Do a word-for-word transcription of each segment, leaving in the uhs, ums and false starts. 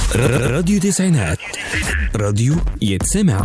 راديو تسعينات، راديو يتسمع.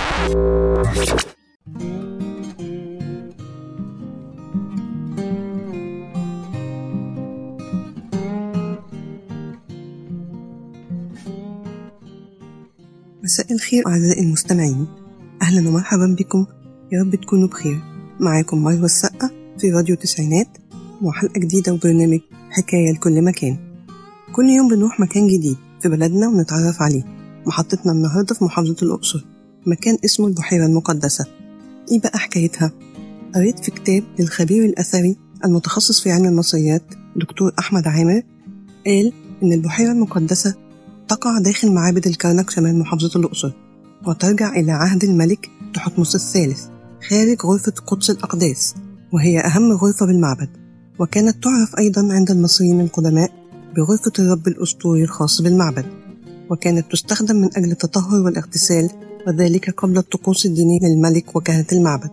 مساء الخير أعزائي المستمعين، أهلا ومرحبا بكم، يا رب تكونوا بخير. معاكم مروة السقة في راديو تسعينات وحلقة جديدة وبرنامج حكاية لكل مكان. كل يوم بنروح مكان جديد في بلدنا ونتعرف عليه. محطتنا النهاردة في محافظة الأقصر، مكان اسمه البحيرة المقدسة. إيه بقى حكايتها؟ قريت في كتاب للخبير الأثري المتخصص في علم المصريات دكتور أحمد عامر، قال إن البحيرة المقدسة تقع داخل معابد الكرنك شمال محافظة الأقصر، وترجع إلى عهد الملك تحتمس الثالث خارج غرفة قدس الأقداس، وهي أهم غرفة بالمعبد. وكانت تعرف أيضا عند المصريين القدماء بغرفة الرب الأسطوري الخاص بالمعبد، وكانت تستخدم من أجل التطهر والاغتسال، وذلك قبل الطقوس الدينية للملك وكهنة المعبد.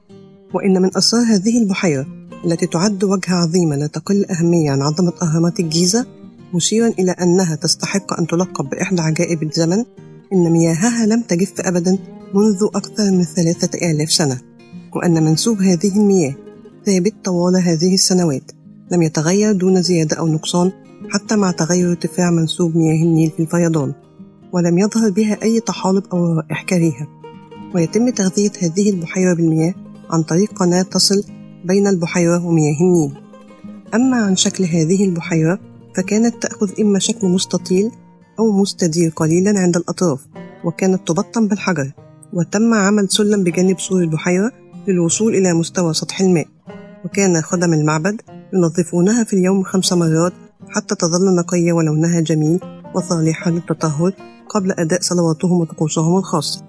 وإن من أسرار هذه البحيرة التي تعد وجهة عظيمة لا تقل أهمية عن عظمة أهرامات الجيزة، مشيرا إلى أنها تستحق أن تلقب بإحدى عجائب الزمن، إن مياهها لم تجف أبدا منذ أكثر من ثلاثة آلاف سنة، وأن منسوب هذه المياه ثابت طوال هذه السنوات، لم يتغير دون زيادة أو نقصان حتى مع تغير ارتفاع منسوب مياه النيل في الفيضان، ولم يظهر بها أي طحالب أو روائح كريهة. ويتم تغذية هذه البحيرة بالمياه عن طريق قناة تصل بين البحيرة ومياه النيل. أما عن شكل هذه البحيرة فكانت تأخذ إما شكل مستطيل أو مستدير قليلا عند الأطراف، وكانت تبطن بالحجر، وتم عمل سلم بجانب سور البحيرة للوصول إلى مستوى سطح الماء. وكان خدم المعبد ينظفونها في اليوم خمس مرات حتى تظل نقية ولونها جميل وصالحة للتطهر قبل أداء صلواتهم وطقوسهم الخاصة.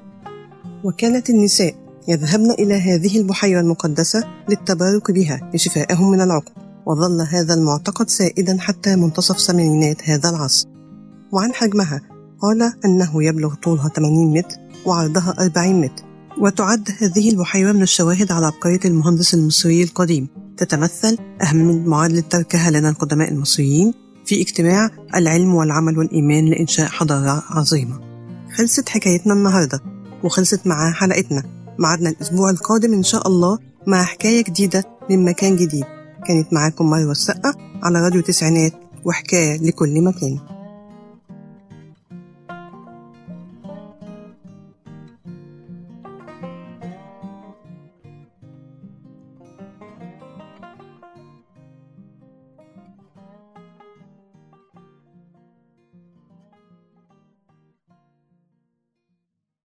وكانت النساء يذهبن إلى هذه البحيرة المقدسة للتبارك بها لشفائهم من العقم، وظل هذا المعتقد سائدا حتى منتصف ثمانينات هذا العصر. وعن حجمها قال أنه يبلغ طولها ثمانين متر وعرضها أربعين متر. وتعد هذه البحيرة من الشواهد على عبقرية المهندس المصري القديم، تتمثل أهم من معادلة تركها لنا القدماء المصريين في اجتماع العلم والعمل والإيمان لإنشاء حضارة عظيمة. خلصت حكايتنا النهاردة وخلصت معها حلقتنا. معادنا الأسبوع القادم إن شاء الله مع حكاية جديدة من مكان جديد. كانت معاكم مروة السقة على راديو تسعينات وحكاية لكل مكان.